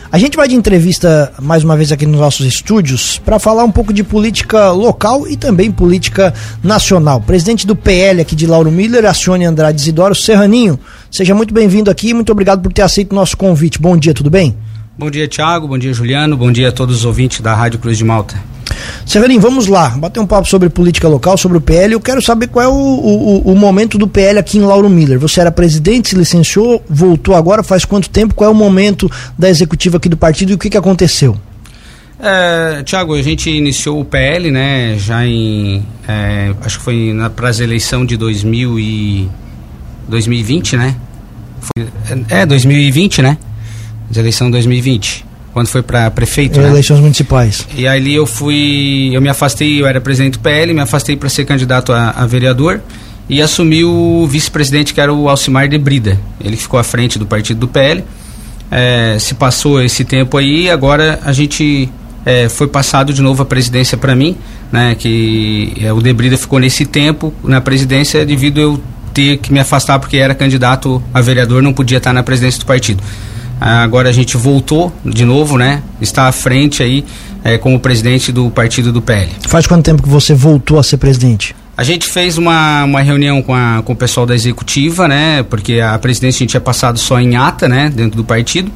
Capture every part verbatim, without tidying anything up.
A gente vai de entrevista mais uma vez aqui nos nossos estúdios para falar um pouco de política local e também política nacional. Presidente do P L aqui de Lauro Miller, Acione Andrade Isidoro. Serraninho, seja muito bem-vindo aqui e muito obrigado por ter aceito o nosso convite. Bom dia, tudo bem? Bom dia, Thiago, bom dia, Juliano, bom dia a todos os ouvintes da Rádio Cruz de Malta. Serraninho, vamos lá, bater um papo sobre política local, sobre o P L. Eu quero saber qual é o, o, o momento do P L aqui em Lauro Miller. Você era presidente, se licenciou, voltou agora, faz quanto tempo? Qual é o momento da executiva aqui do partido e o que, que aconteceu? É, Thiago, a gente iniciou o P L, né, já em, é, acho que foi para as eleições de dois mil e vinte, né? Foi, é, dois mil e vinte, né? As eleições de dois mil e vinte. Quando foi para prefeito, né? Eleições municipais. E ali eu fui, eu me afastei, eu era presidente do P L, me afastei para ser candidato a, a vereador e assumi o vice-presidente, que era o Alcimar de Brida. Ele ficou à frente do partido do P L. É, se passou esse tempo aí, agora a gente é, foi passado de novo a presidência para mim, né? Que é, o de Brida ficou nesse tempo na presidência devido eu ter que me afastar porque era candidato a vereador, não podia estar na presidência do partido. Agora a gente voltou de novo, né? Está à frente aí é, como presidente do partido do P L. Faz quanto tempo que você voltou a ser presidente? A gente fez uma, uma reunião com, a, com o pessoal da executiva, né? Porque a presidência a gente tinha passado só em ata, né? Dentro do partido.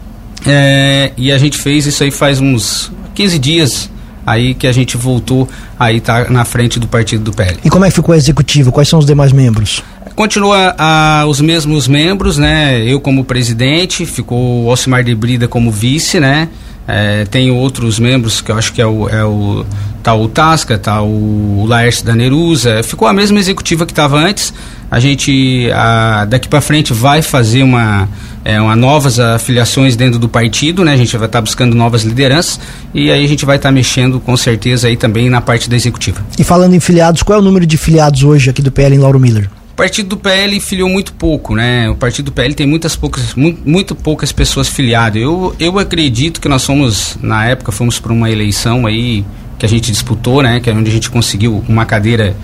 É, e a gente fez isso aí faz uns quinze dias aí que a gente voltou aí tá na frente do partido do P L. E como é que ficou a executiva? Quais são os demais membros? Continua a, os mesmos membros, né? Eu como presidente, ficou o Alcimar de Brida como vice, né? É, tem outros membros que eu acho que é o, é o tá o Tasca, tá o, o Laércio da Nerusa, ficou a mesma executiva que estava antes. A gente a, daqui para frente vai fazer uma, é, uma novas afiliações dentro do partido, né? A gente vai estar tá buscando novas lideranças e aí a gente vai estar tá mexendo com certeza aí também na parte da executiva. E falando em filiados, qual é o número de filiados hoje aqui do P L em Lauro Miller? O partido do P L filiou muito pouco, né? O partido do P L tem muitas poucas, muito, muito poucas pessoas filiadas. Eu, eu acredito que nós fomos, na época, fomos para uma eleição aí que a gente disputou, né? Que é onde a gente conseguiu uma cadeira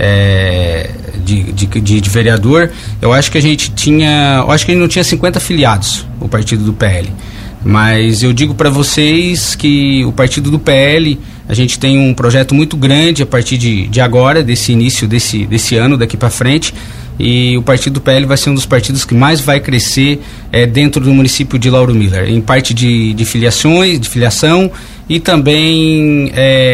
é, de, de, de, de vereador. Eu acho que a gente tinha, eu acho que a gente não tinha cinquenta filiados, o partido do P L. Mas eu digo para vocês que o partido do P L, a gente tem um projeto muito grande a partir de, de agora, desse início desse, desse ano, daqui para frente, e o partido do P L vai ser um dos partidos que mais vai crescer é, dentro do município de Lauro Miller, em parte de, de filiações, de filiação e também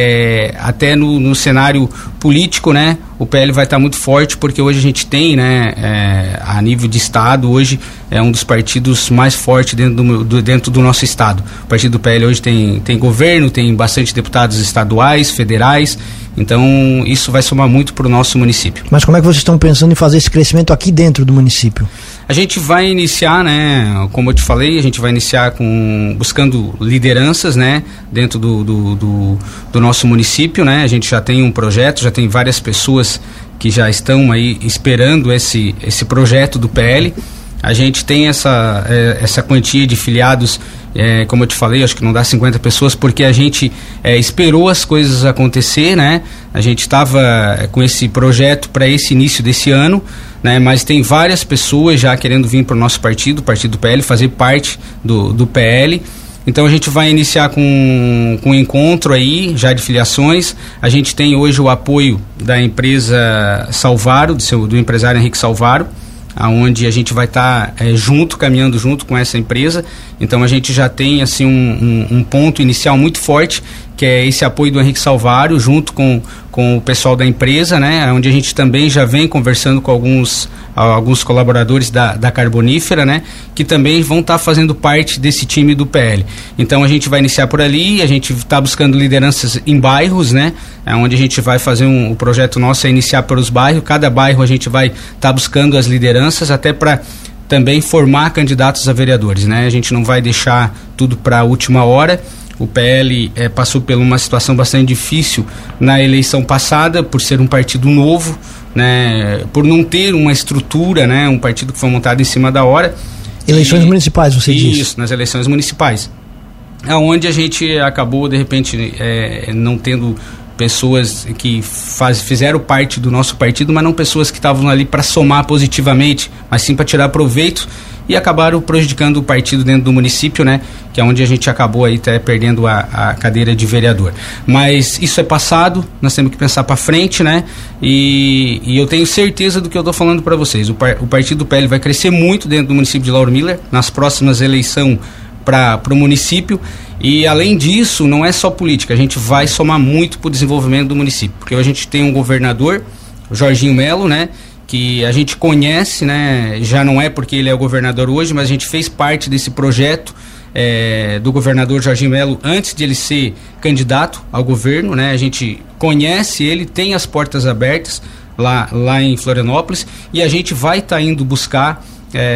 é, até no, no cenário político, né? O P L vai estar muito forte porque hoje a gente tem, né, é, a nível de estado, hoje é um dos partidos mais fortes dentro do, do, dentro do nosso estado. O partido do P L hoje tem, tem governo, tem bastante deputados estaduais, federais, então isso vai somar muito para o nosso município. Mas como é que vocês estão pensando em fazer esse crescimento aqui dentro do município? A gente vai iniciar, né, como eu te falei, a gente vai iniciar com, buscando lideranças, né, dentro do, do, do, do nosso município, né, a gente já tem um projeto, já tem várias pessoas que já estão aí esperando esse, esse projeto do P L. A gente tem essa, é, essa quantia de filiados, é, como eu te falei, acho que não dá cinquenta pessoas, porque a gente é, esperou as coisas acontecer, né? A gente estava é, com esse projeto para esse início desse ano, né? Mas tem várias pessoas já querendo vir para o nosso partido, o partido do P L, fazer parte do, do P L. Então a gente vai iniciar com, com um encontro aí, já de filiações. A gente tem hoje o apoio da empresa Salvaro, do, seu, do empresário Henrique Salvaro, aonde a gente vai estar tá, é, junto, caminhando junto com essa empresa. Então a gente já tem assim um, um, um ponto inicial muito forte, que é esse apoio do Henrique Salvaro junto com, com o pessoal da empresa, né? Onde a gente também já vem conversando com alguns, alguns colaboradores da, da Carbonífera, né? Que também vão estar tá fazendo parte desse time do P L. Então a gente vai iniciar por ali, a gente está buscando lideranças em bairros, né? É onde a gente vai fazer um, o projeto nosso é iniciar pelos bairros, cada bairro a gente vai estar tá buscando as lideranças até para também formar candidatos a vereadores, né? A gente não vai deixar tudo para a última hora. O P L eh, passou por uma situação bastante difícil na eleição passada, por ser um partido novo, né? Por não ter uma estrutura, né? Um partido que foi montado em cima da hora. Eleições e, municipais, você isso, disse? Isso, nas eleições municipais. Onde a gente acabou, de repente, eh, não tendo pessoas que faz, fizeram parte do nosso partido, mas não pessoas que estavam ali para somar positivamente, mas sim para tirar proveito. e acabaram prejudicando o partido dentro do município, né? Que é onde a gente acabou aí até perdendo a, a cadeira de vereador. Mas isso é passado, nós temos que pensar para frente, né? E, e eu tenho certeza do que eu estou falando para vocês. O, par, o partido do P L vai crescer muito dentro do município de Lauro Miller nas próximas eleições para o município, e além disso não é só política, a gente vai somar muito para o desenvolvimento do município, porque a gente tem um governador, o Jorginho Melo, né, que a gente conhece, né, já não é porque ele é o governador hoje, mas a gente fez parte desse projeto é, do governador Jorginho Melo antes de ele ser candidato ao governo, né, a gente conhece ele, tem as portas abertas lá, lá em Florianópolis, e a gente vai estar tá indo buscar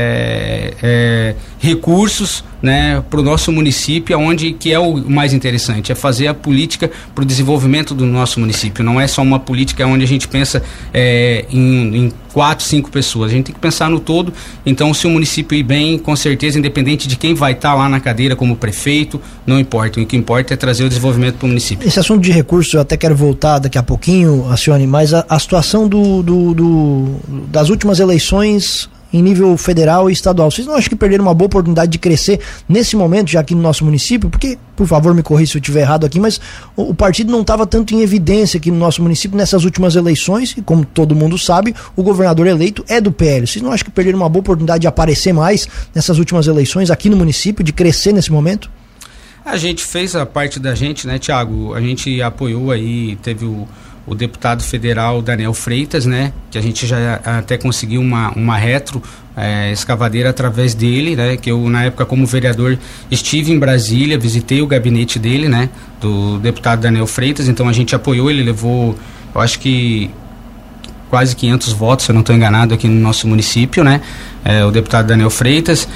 É, é, recursos, né, para o nosso município, onde que é o mais interessante, é fazer a política para o desenvolvimento do nosso município. Não é só uma política onde a gente pensa é, em, em quatro, cinco pessoas, a gente tem que pensar no todo. Então, se o município ir bem, com certeza, independente de quem vai estar tá lá na cadeira como prefeito, não importa, o que importa é trazer o desenvolvimento para o município. Esse assunto de recursos eu até quero voltar daqui a pouquinho, Acione, mas a, a situação do, do, do, das últimas eleições em nível federal e estadual, vocês não acham que perderam uma boa oportunidade de crescer nesse momento já aqui no nosso município? Porque, por favor, me corrija se eu estiver errado aqui, mas o, o partido não estava tanto em evidência aqui no nosso município nessas últimas eleições, e como todo mundo sabe, o governador eleito é do P L. Vocês não acham que perderam uma boa oportunidade de aparecer mais nessas últimas eleições aqui no município, de crescer nesse momento? A gente fez a parte da gente, né, Tiago? A gente apoiou aí, teve o o deputado federal Daniel Freitas, né, que a gente já até conseguiu uma, uma retro é, escavadeira através dele, né, que eu na época como vereador estive em Brasília, visitei o gabinete dele, né, do deputado Daniel Freitas, então a gente apoiou, ele levou, eu acho que quase quinhentos votos, se eu não estou enganado, aqui no nosso município, né? É, o deputado Daniel Freitas.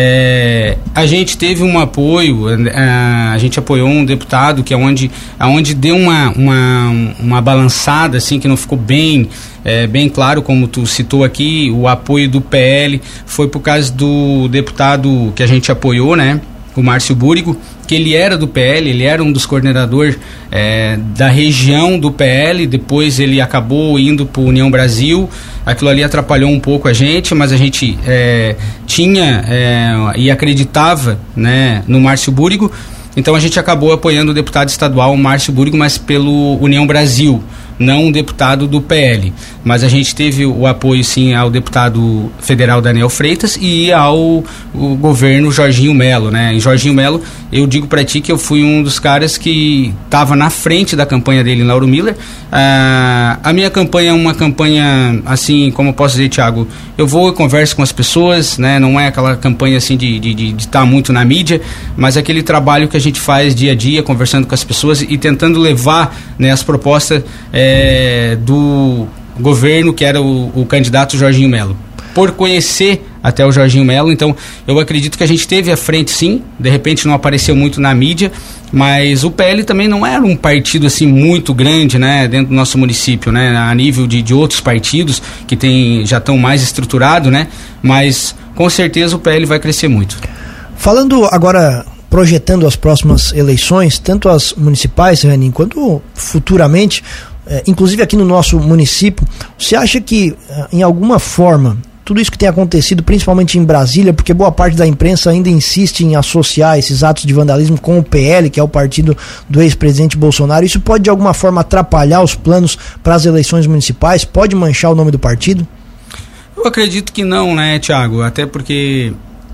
É, a gente teve um apoio, a, a gente apoiou um deputado que é onde, aonde deu uma, uma, uma balançada, assim, que não ficou bem, é, bem claro, como tu citou aqui, o apoio do P L foi por causa do deputado que a gente apoiou, né? O Márcio Búrigo, que ele era do P L, ele era um dos coordenadores é, da região do P L, depois ele acabou indo para o União Brasil, aquilo ali atrapalhou um pouco a gente, mas a gente é, tinha é, e acreditava, né, no Márcio Búrigo, então a gente acabou apoiando o deputado estadual Márcio Búrigo, mas pelo União Brasil, não um deputado do P L, mas a gente teve o apoio sim ao deputado federal Daniel Freitas e ao o governo Jorginho Melo, né? Em Jorginho Melo, eu digo para ti que eu fui um dos caras que estava na frente da campanha dele em Lauro Miller. Ah, a minha campanha é uma campanha assim, como eu posso dizer, Thiago, eu vou e converso com as pessoas, né? Não é aquela campanha assim de de de estar muito na mídia, mas aquele trabalho que a gente faz dia a dia, conversando com as pessoas e tentando levar, né, as propostas é, É, do governo, que era o, o candidato Jorginho Melo. Por conhecer até o Jorginho Melo, então eu acredito que a gente teve à frente sim, de repente não apareceu muito na mídia, mas o P L também não era um partido assim muito grande, né, dentro do nosso município, né, a nível de, de outros partidos que tem, já estão mais estruturados, né, mas com certeza o P L vai crescer muito. Falando agora, projetando as próximas eleições, tanto as municipais, Serraninho, quanto futuramente, É, inclusive aqui no nosso município, você acha que, em alguma forma, tudo isso que tem acontecido, principalmente em Brasília, porque boa parte da imprensa ainda insiste em associar esses atos de vandalismo com o P L, que é o partido do ex-presidente Bolsonaro, isso pode de alguma forma atrapalhar os planos para as eleições municipais? Pode manchar o nome do partido? Eu acredito que não, né, Thiago? Até porque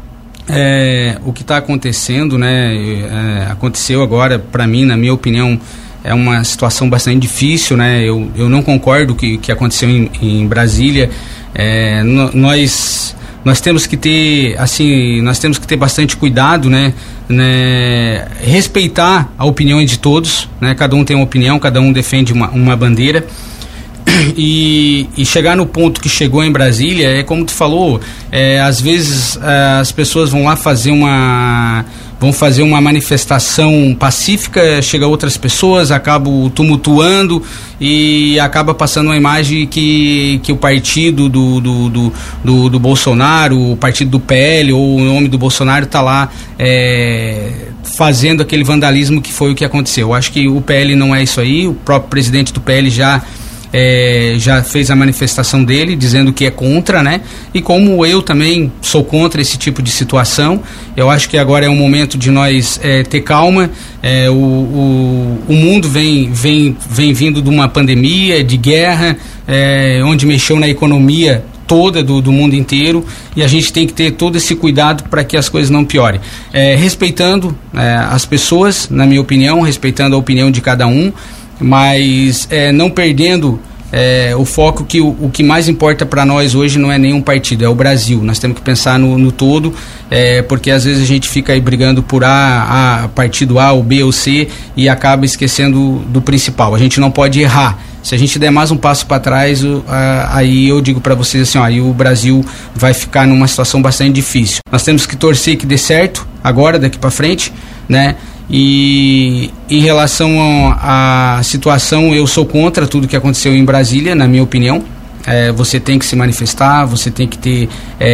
é, o que está acontecendo, né, é, aconteceu agora, para mim, na minha opinião, é uma situação bastante difícil, né? Eu, eu não concordo com o que, que aconteceu em, em Brasília. É, no, nós, nós temos que ter, assim, nós temos que ter bastante cuidado, né? né? Respeitar a opinião de todos, né? Cada um tem uma opinião, cada um defende uma, uma bandeira. E, e chegar no ponto que chegou em Brasília, é como tu falou, é, às vezes as pessoas vão lá fazer uma vão fazer uma manifestação pacífica, chega outras pessoas, acabam tumultuando e acaba passando uma imagem que, que o partido do, do, do, do, do Bolsonaro, o partido do P L ou o nome do Bolsonaro está lá é, fazendo aquele vandalismo que foi o que aconteceu. Eu acho que o P L não é isso aí, o próprio presidente do P L já é, já fez a manifestação dele dizendo que é contra, né? E como eu também sou contra esse tipo de situação, eu acho que agora é um momento de nós é, ter calma. É, o, o, o mundo vem, vem, vem vindo de uma pandemia, de guerra, é, onde mexeu na economia toda do, do mundo inteiro, e a gente tem que ter todo esse cuidado para que as coisas não piorem. É, respeitando é, as pessoas, na minha opinião, respeitando a opinião de cada um, mas é, não perdendo é, o foco que o, o que mais importa para nós hoje não é nenhum partido, é o Brasil. Nós temos que pensar no, no todo, é, porque às vezes a gente fica aí brigando por A, A, partido A, ou B ou C, e acaba esquecendo do principal. A gente não pode errar. Se a gente der mais um passo para trás, uh, aí eu digo para vocês assim, ó, aí o Brasil vai ficar numa situação bastante difícil. Nós temos que torcer que dê certo agora, daqui para frente, né? E em relação à situação, eu sou contra tudo que aconteceu em Brasília, na minha opinião. É, você tem que se manifestar, você tem que ter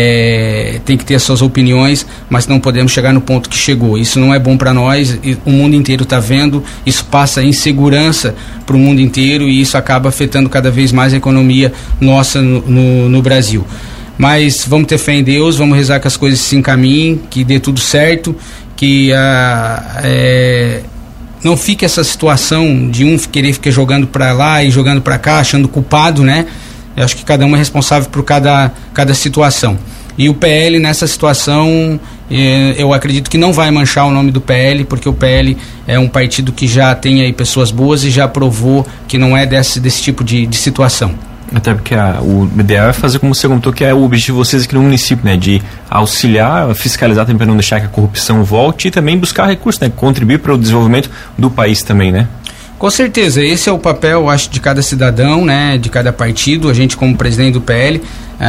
é, tem que ter as suas opiniões, mas não podemos chegar no ponto que chegou. Isso não é bom para nós, o mundo inteiro está vendo, isso passa insegurança para o mundo inteiro, e isso acaba afetando cada vez mais a economia nossa no, no, no Brasil. Mas vamos ter fé em Deus, vamos rezar que as coisas se encaminhem, que dê tudo certo, que a, é, não fique essa situação de um querer ficar jogando para lá e jogando para cá, achando culpado, né? Eu acho que cada um é responsável por cada, cada situação. E o P L nessa situação, eh, eu acredito que não vai manchar o nome do P L, porque o P L é um partido que já tem aí pessoas boas e já provou que não é desse, desse tipo de, de situação. Até porque a, o ideal é fazer como você contou, que é o objetivo de vocês aqui no município, né? De auxiliar, fiscalizar também para não deixar que a corrupção volte, e também buscar recursos, né? Contribuir para o desenvolvimento do país também, né? Com certeza, esse é o papel, acho, de cada cidadão, né, de cada partido. A gente, como presidente do P L,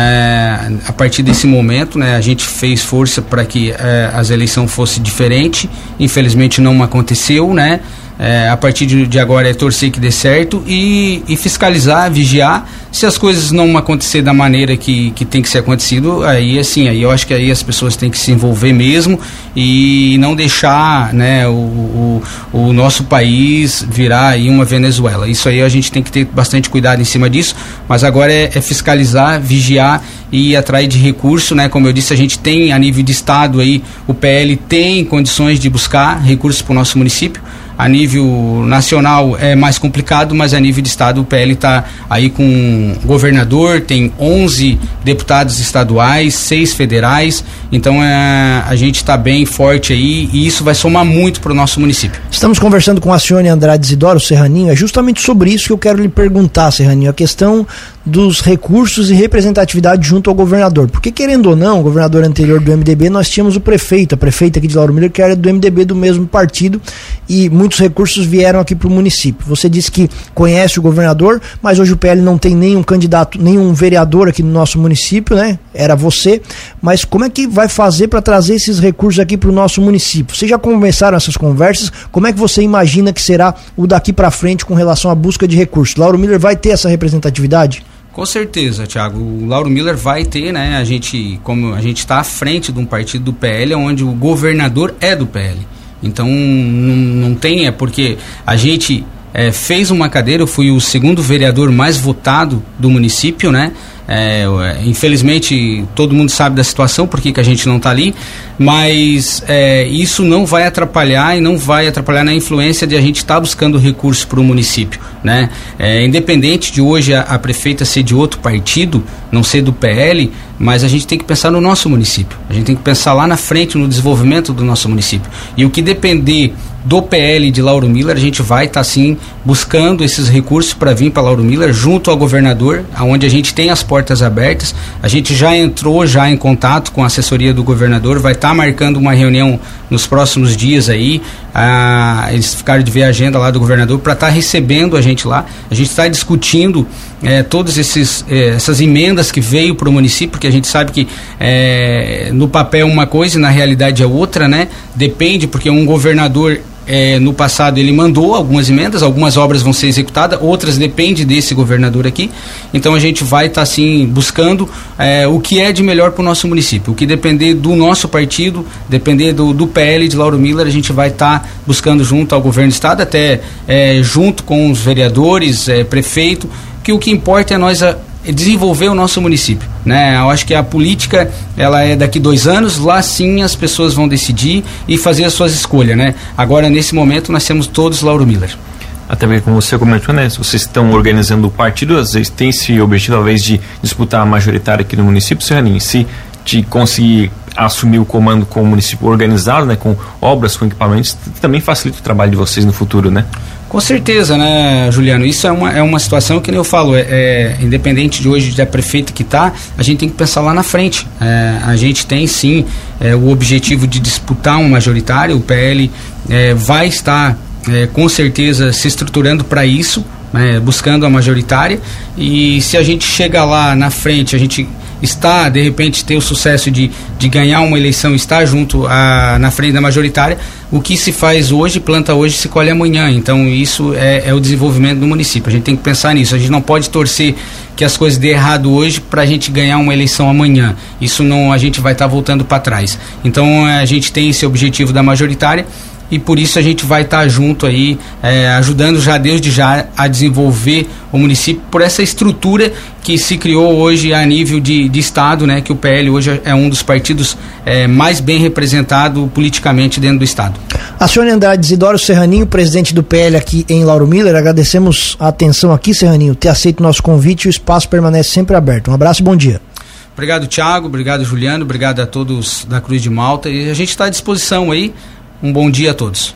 é, a partir desse momento, né, a gente fez força para que é, as eleições fossem diferentes. Infelizmente não aconteceu, né? É, a partir de, de agora é torcer que dê certo e, e fiscalizar, vigiar. Se as coisas não acontecer da maneira que, que tem que ser acontecido, aí assim, aí eu acho que aí as pessoas têm que se envolver mesmo e não deixar, né, o, o, o nosso país virar aí uma Venezuela. Isso aí a gente tem que ter bastante cuidado em cima disso, mas agora é, é fiscalizar, vigiar e ir atrás de recurso, né? Como eu disse, a gente tem a nível de estado aí, o P L tem condições de buscar recursos para o nosso município. A nível nacional é mais complicado, mas a nível de estado o P L está aí com governador, tem onze deputados estaduais, seis federais, então é, a gente está bem forte aí e isso vai somar muito para o nosso município. Estamos conversando com a Cione Andrade Isidoro, Serraninho, é justamente sobre isso que eu quero lhe perguntar, Serraninho, a questão dos recursos e representatividade junto ao governador, porque querendo ou não, o governador anterior do M D B, nós tínhamos o prefeito, a prefeita aqui de Lauro Miller, que era do M D B, do mesmo partido, e muitos recursos vieram aqui para o município. Você disse que conhece o governador, mas hoje o P L não tem nenhum candidato, nenhum vereador aqui no nosso município, né? Era você, mas como é que vai fazer para trazer esses recursos aqui para o nosso município? Vocês já começaram essas conversas? Como é que você imagina que será o daqui para frente com relação à busca de recursos? Lauro Miller vai ter essa representatividade? Com certeza, Thiago. O Lauro Miller vai ter, né? A gente, como a gente está à frente de um partido do P L, onde o governador é do P L. Então, não, não tem, é porque a gente é, fez uma cadeira, eu fui o segundo vereador mais votado do município, né? É, infelizmente todo mundo sabe da situação, por que que a gente não está ali, mas é, isso não vai atrapalhar e não vai atrapalhar na influência de a gente estar tá buscando recursos para o município, né? É, independente de hoje a, a prefeita ser de outro partido, não ser do P L, mas a gente tem que pensar no nosso município, a gente tem que pensar lá na frente no desenvolvimento do nosso município, e o que depender do P L de Lauro Miller, a gente vai estar tá, sim buscando esses recursos para vir para Lauro Miller junto ao governador, onde a gente tem as portas abertas. A gente já entrou já em contato com a assessoria do governador, vai estar tá marcando uma reunião nos próximos dias aí. Ah, eles ficaram de ver a agenda lá do governador para estar tá recebendo a gente lá. A gente está discutindo eh, todas esses, eh, essas emendas que veio para o município, porque a gente sabe que eh, no papel uma coisa e na realidade é outra, né? Depende, porque um governador É, no passado ele mandou algumas emendas, algumas obras vão ser executadas, outras dependem desse governador aqui, então a gente vai estar tá, assim, buscando é, o que é de melhor para o nosso município, o que depender do nosso partido, depender do, do P L de Lauro Miller, a gente vai estar tá buscando junto ao governo do estado, até é, junto com os vereadores, é, prefeito, porque o que importa é nós a, é desenvolver o nosso município, né? Eu acho que a política, ela é daqui dois anos, lá sim as pessoas vão decidir e fazer as suas escolhas, né? Agora, nesse momento, nós temos todos Lauro Miller. Até porque, como você comentou, né, vocês estão organizando o partido, às vezes tem esse objetivo, talvez, de disputar a majoritária aqui no município, Serraninho. Se de conseguir assumir o comando com o município organizado, né, com obras, com equipamentos, também facilita o trabalho de vocês no futuro, né? Com certeza, né, Juliano? Isso é uma, é uma situação que nem eu falo, é, é, independente de hoje da prefeita que está, a gente tem que pensar lá na frente. É, a gente tem sim é, o objetivo de disputar um majoritário, o P L é, vai estar é, com certeza se estruturando para isso, né, buscando a majoritária, e se a gente chega lá na frente, a gente está, de repente, ter o sucesso de, de ganhar uma eleição, estar junto a, na frente da majoritária, o que se faz hoje, planta hoje, se colhe amanhã. Então isso é, é o desenvolvimento do município. A gente tem que pensar nisso. A gente não pode torcer que as coisas dê errado hoje para a gente ganhar uma eleição amanhã. Isso não, a gente vai estar tá voltando para trás. Então a gente tem esse objetivo da majoritária, e por isso a gente vai estar tá junto aí, é, ajudando já desde já a desenvolver o município por essa estrutura que se criou hoje a nível de, de estado, né, que o P L hoje é um dos partidos é, mais bem representado politicamente dentro do estado. A Sônia Andrade Isidoro Serraninho, presidente do P L aqui em Lauro Miller, agradecemos a atenção aqui, Serraninho, ter aceito o nosso convite, e o espaço permanece sempre aberto. Um abraço e bom dia. Obrigado, Thiago, obrigado, Juliano, obrigado a todos da Cruz de Malta, e a gente está à disposição aí. Um bom dia a todos.